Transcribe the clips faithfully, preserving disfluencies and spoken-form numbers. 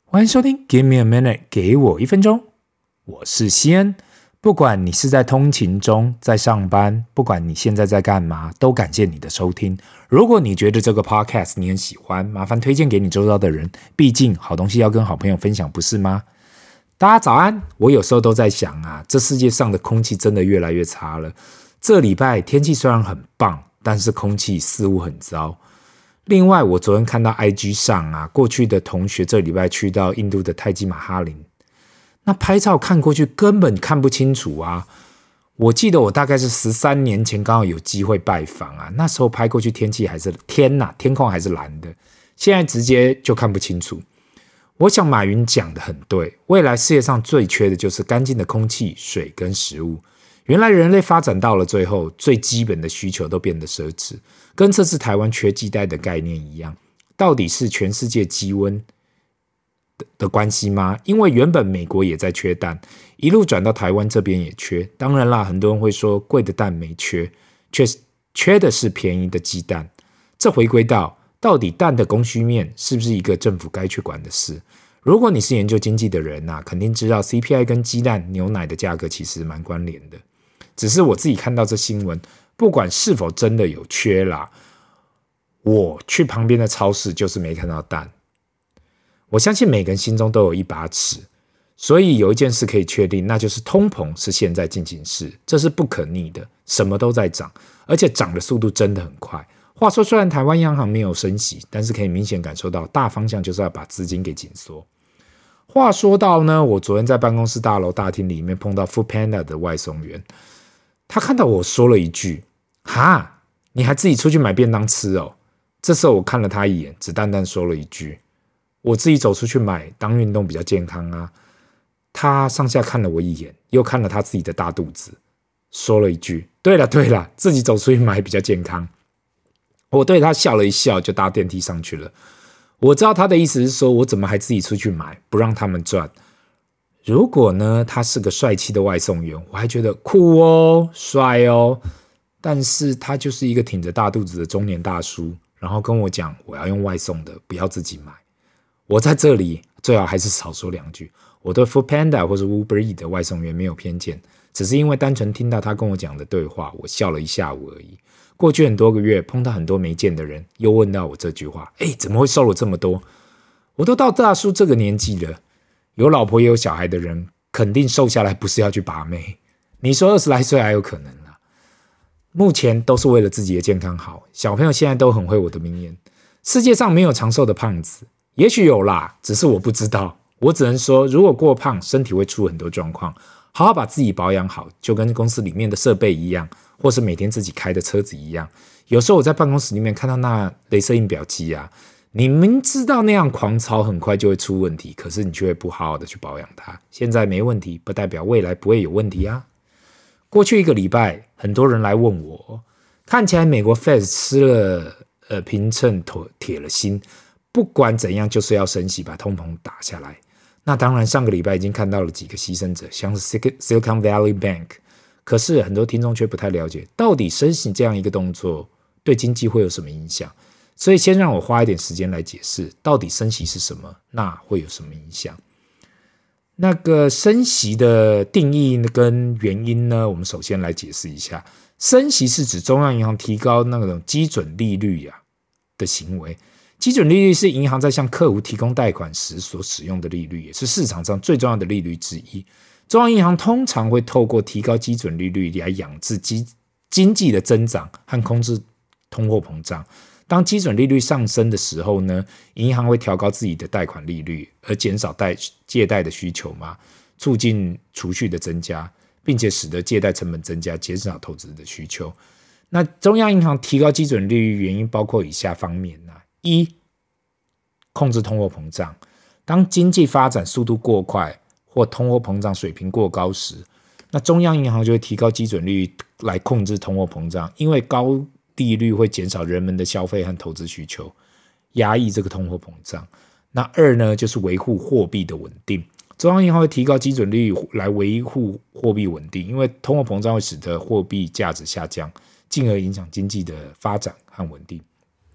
欢迎收听 Give me a minute， 给我一分钟。我是西恩。不管你是在通勤中，在上班，不管你现在在干嘛，都感谢你的收听。如果你觉得这个 podcast 你很喜欢，麻烦推荐给你周遭的人，毕竟好东西要跟好朋友分享，不是吗？大家早安。我有时候都在想啊，这世界上的空气真的越来越差了。这礼拜天气虽然很棒，但是空气似乎很糟。另外，我昨天看到 I G 上啊，过去的同学这礼拜去到印度的泰姬玛哈林，那拍照看过去根本看不清楚啊。我记得我大概是十三年前刚好有机会拜访啊，那时候拍过去天气还是天哪，天空还是蓝的，现在直接就看不清楚。我想马云讲的很对，未来世界上最缺的就是干净的空气、水跟食物。原来人类发展到了最后，最基本的需求都变得奢侈，跟这次台湾缺鸡蛋的概念一样。到底是全世界鸡瘟 的, 的关系吗？因为原本美国也在缺蛋，一路转到台湾这边也缺。当然啦，很多人会说贵的蛋没缺，缺缺的是便宜的鸡蛋。这回归到到底蛋的供需面是不是一个政府该去管的事？如果你是研究经济的人啊，肯定知道 C P I 跟鸡蛋、牛奶的价格其实蛮关联的。只是我自己看到这新闻，不管是否真的有缺啦，我去旁边的超市就是没看到蛋。我相信每个人心中都有一把尺，所以有一件事可以确定，那就是通膨是现在进行式，这是不可逆的，什么都在涨，而且涨的速度真的很快。话说，虽然台湾央行没有升息，但是可以明显感受到大方向就是要把资金给紧缩。话说到呢，我昨天在办公室大楼大厅里面碰到 Foodpanda 的外送员，他看到我说了一句：哈，你还自己出去买便当吃哦？这时候我看了他一眼，只淡淡说了一句：我自己走出去买，当运动比较健康啊。他上下看了我一眼，又看了他自己的大肚子，说了一句：对了对了，自己走出去买比较健康。我对他笑了一笑，就搭电梯上去了。我知道他的意思是说，我怎么还自己出去买，不让他们赚。如果呢，他是个帅气的外送员，我还觉得酷哦，帅哦。但是他就是一个挺着大肚子的中年大叔，然后跟我讲我要用外送的，不要自己买。我在这里最好还是少说两句。我对 Foodpanda 或是 Uber Eats 的外送员没有偏见，只是因为单纯听到他跟我讲的对话，我笑了一下午而已。过去很多个月，碰到很多没见的人，又问到我这句话：哎，怎么会瘦了这么多？我都到大叔这个年纪了，有老婆也有小孩的人，肯定瘦下来不是要去把妹。你说二十来岁还有可能啦。目前都是为了自己的健康好。小朋友现在都很会我的名言：世界上没有长寿的胖子，也许有啦，只是我不知道。我只能说，如果过胖，身体会出很多状况。好好把自己保养好，就跟公司里面的设备一样，或是每天自己开的车子一样。有时候我在办公室里面看到那雷射印表机啊，你明知道那样狂操很快就会出问题，可是你却会不好好的去保养它。现在没问题，不代表未来不会有问题啊。过去一个礼拜，很多人来问我，看起来美国 Fed 吃了呃平秤铁了心，不管怎样就是要升息把通膨打下来。那当然上个礼拜已经看到了几个牺牲者，像是 Silicon Valley Bank， 可是很多听众却不太了解到底升息这样一个动作对经济会有什么影响。所以先让我花一点时间来解释到底升息是什么，那会有什么影响。那个升息的定义跟原因呢，我们首先来解释一下。升息是指中央银行提高那种基准利率、啊、的行为。基准利率是银行在向客户提供贷款时所使用的利率，也是市场上最重要的利率之一。中央银行通常会透过提高基准利率来养制经济的增长和控制通货膨胀。当基准利率上升的时候呢，银行会调高自己的贷款利率，而减少贷借贷的需求嘛，促进储蓄的增加，并且使得借贷成本增加，减少投资的需求。那中央银行提高基准利率原因包括以下方面、啊、一、控制通货膨胀。当经济发展速度过快或通货膨胀水平过高时，那中央银行就会提高基准利率来控制通货膨胀，因为高利率会减少人们的消费和投资需求，压抑这个通货膨胀。那二呢，就是维护货币的稳定。中央银行会提高基准利率来维护货币稳定，因为通货膨胀会使得货币价值下降，进而影响经济的发展和稳定。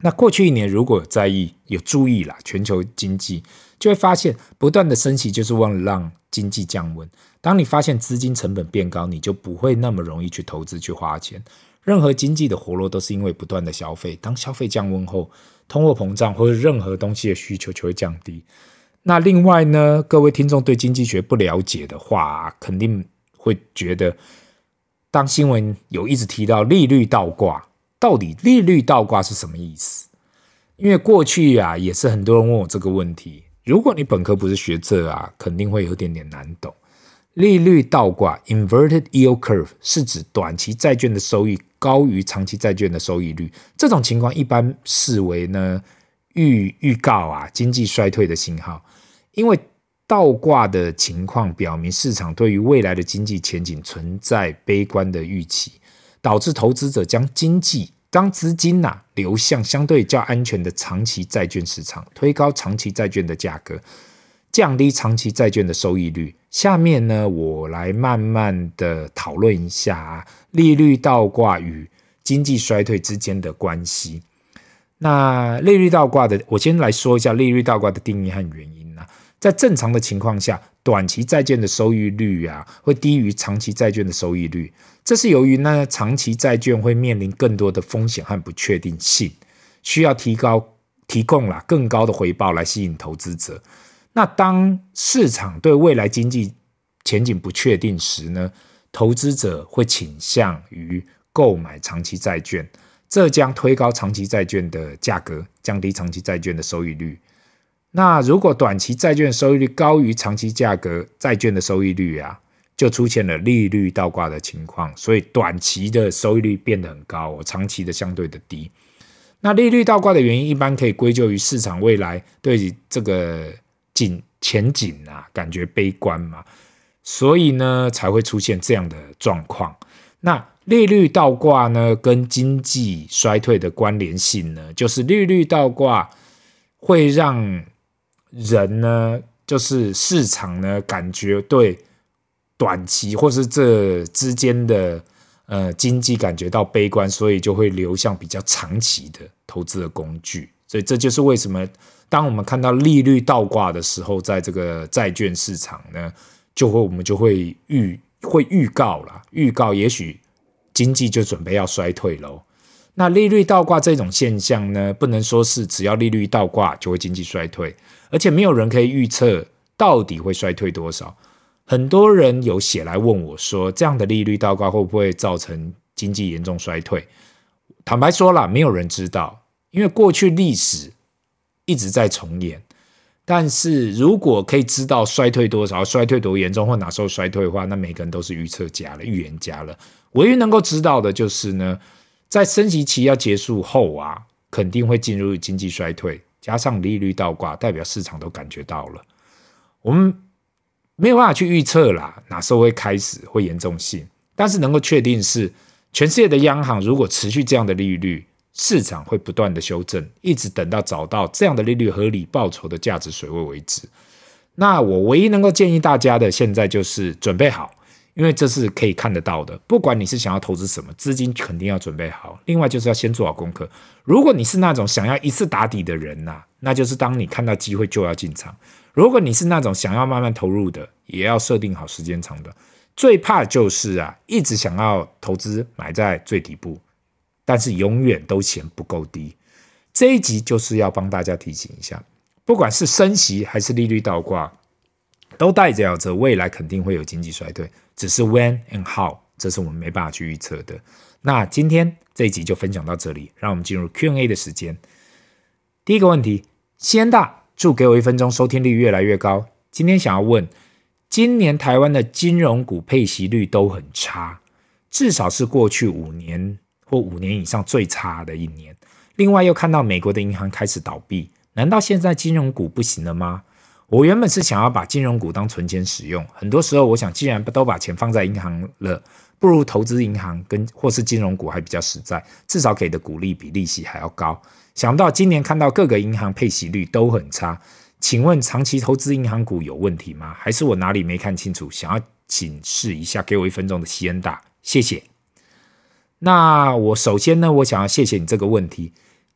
那过去一年如果有在意有注意啦全球经济，就会发现不断的升息就是为了让经济降温。当你发现资金成本变高，你就不会那么容易去投资去花钱。任何经济的活络都是因为不断的消费，当消费降温后，通货膨胀或者任何东西的需求就会降低。那另外呢，各位听众对经济学不了解的话，肯定会觉得当新闻有一直提到利率倒挂，到底利率倒挂是什么意思？因为过去啊，也是很多人问我这个问题。如果你本科不是学这啊，肯定会有点点难懂。利率倒挂 （inverted yield curve） 是指短期债券的收益高于长期债券的收益率。这种情况一般视为呢预预告啊经济衰退的信号，因为倒挂的情况表明市场对于未来的经济前景存在悲观的预期，导致投资者将经济当资金、啊、流向相对较安全的长期债券市场，推高长期债券的价格，降低长期债券的收益率。下面呢，我来慢慢的讨论一下、啊、利率倒挂与经济衰退之间的关系。那利率倒挂的，我先来说一下利率倒挂的定义和原因、啊、在正常的情况下，短期债券的收益率啊会低于长期债券的收益率，这是由于呢长期债券会面临更多的风险和不确定性，需要提高提供啦更高的回报来吸引投资者。那当市场对未来经济前景不确定时呢，投资者会倾向于购买长期债券，这将推高长期债券的价格，降低长期债券的收益率。那如果短期债券收益率高于长期价格债券的收益率啊，就出现了利率倒挂的情况，所以短期的收益率变得很高，长期的相对的低。那利率倒挂的原因一般可以归咎于市场未来对这个景前景啊感觉悲观嘛，所以呢才会出现这样的状况。那利率倒挂呢跟经济衰退的关联性呢，就是利率倒挂会让人呢，就是市场呢感觉对短期或是这之间的呃经济感觉到悲观，所以就会流向比较长期的投资的工具。所以这就是为什么当我们看到利率倒挂的时候，在这个债券市场呢，就会我们就会预会预告啦，预告也许经济就准备要衰退咯。那利率倒挂这种现象呢，不能说是只要利率倒挂就会经济衰退，而且没有人可以预测到底会衰退多少。很多人有写来问我说，这样的利率倒挂会不会造成经济严重衰退？坦白说啦，没有人知道，因为过去历史一直在重演。但是如果可以知道衰退多少、衰退多严重或哪时候衰退的话，那每个人都是预测家了、预言家了。唯一能够知道的就是呢，在升息期要结束后啊，肯定会进入经济衰退，加上利率倒挂，代表市场都感觉到了。我们没有办法去预测啦，哪时候会开始，会严重性。但是能够确定是，全世界的央行如果持续这样的利率，市场会不断的修正，一直等到找到这样的利率合理报酬的价值水位为止。那我唯一能够建议大家的，现在就是准备好，因为这是可以看得到的。不管你是想要投资什么，资金肯定要准备好。另外就是要先做好功课。如果你是那种想要一次打底的人啊，那就是当你看到机会就要进场。如果你是那种想要慢慢投入的，也要设定好时间长的。最怕就是啊，一直想要投资买在最底部，但是永远都嫌不够低。这一集就是要帮大家提醒一下，不管是升息还是利率倒挂，都代表着未来肯定会有经济衰退，只是 when and how， 这是我们没办法去预测的。那今天这一集就分享到这里，让我们进入 Q and A 的时间。第一个问题，西安大祝给我一分钟，收听率越来越高。今天想要问，今年台湾的金融股配息率都很差，至少是过去五年或五年以上最差的一年。另外又看到美国的银行开始倒闭，难道现在金融股不行了吗？我原本是想要把金融股当存钱使用，很多时候我想既然都把钱放在银行了，不如投资银行跟或是金融股还比较实在，至少给的股利比利息还要高。想不到今年看到各个银行配息率都很差，请问长期投资银行股有问题吗？还是我哪里没看清楚？想要请示一下，给我一分钟的西恩大，谢谢。那我首先呢，我想要谢谢你这个问题。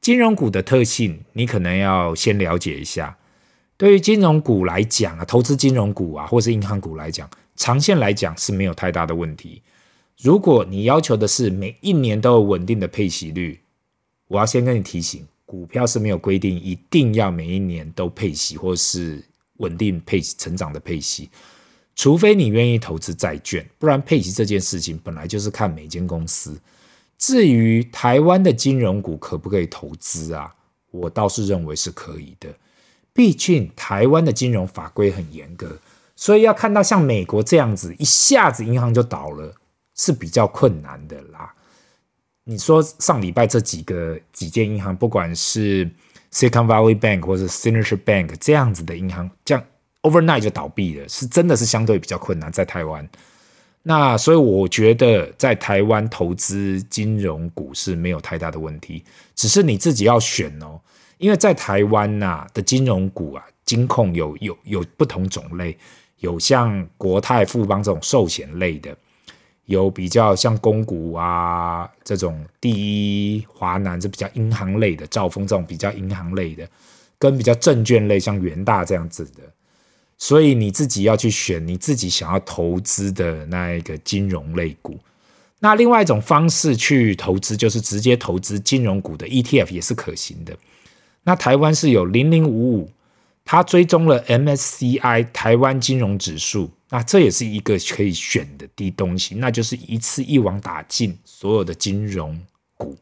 金融股的特性，你可能要先了解一下。对于金融股来讲啊，投资金融股啊，或是银行股来讲，长线来讲是没有太大的问题。如果你要求的是每一年都有稳定的配息率，我要先跟你提醒，股票是没有规定一定要每一年都配息或是稳定配成长的配息，除非你愿意投资债券，不然配息这件事情本来就是看每间公司。至于台湾的金融股可不可以投资啊，我倒是认为是可以的。毕竟台湾的金融法规很严格，所以要看到像美国这样子一下子银行就倒了是比较困难的啦。你说上礼拜这几个几间银行，不管是 Silicon Valley Bank 或是 Signature Bank 这样子的银行，这样 overnight 就倒闭了，是真的是相对比较困难在台湾。那所以我觉得在台湾投资金融股是没有太大的问题，只是你自己要选哦。因为在台湾啊的金融股啊，金控有有有不同种类，有像国泰富邦这种寿险类的，有比较像公股啊这种第一华南这比较银行类的，兆丰这种比较银行类的，跟比较证券类像元大这样子的。所以你自己要去选你自己想要投资的那一个金融类股。那另外一种方式去投资就是直接投资金融股的 E T F 也是可行的。那台湾是有零零五五，它追踪了 M S C I 台湾金融指数，那这也是一个可以选的东西，那就是一次一网打尽所有的金融股。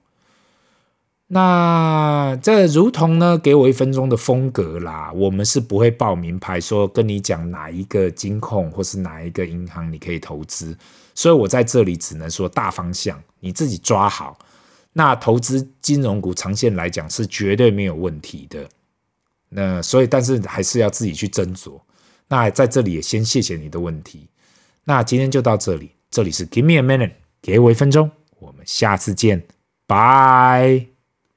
那这如同呢给我一分钟的风格啦，我们是不会报名牌说跟你讲哪一个金控或是哪一个银行你可以投资，所以我在这里只能说大方向你自己抓好。那投资金融股长线来讲是绝对没有问题的，那所以但是还是要自己去斟酌。那在这里也先谢谢你的问题，那今天就到这里，这里是 Give me a minute， 给我一分钟，我们下次见，拜。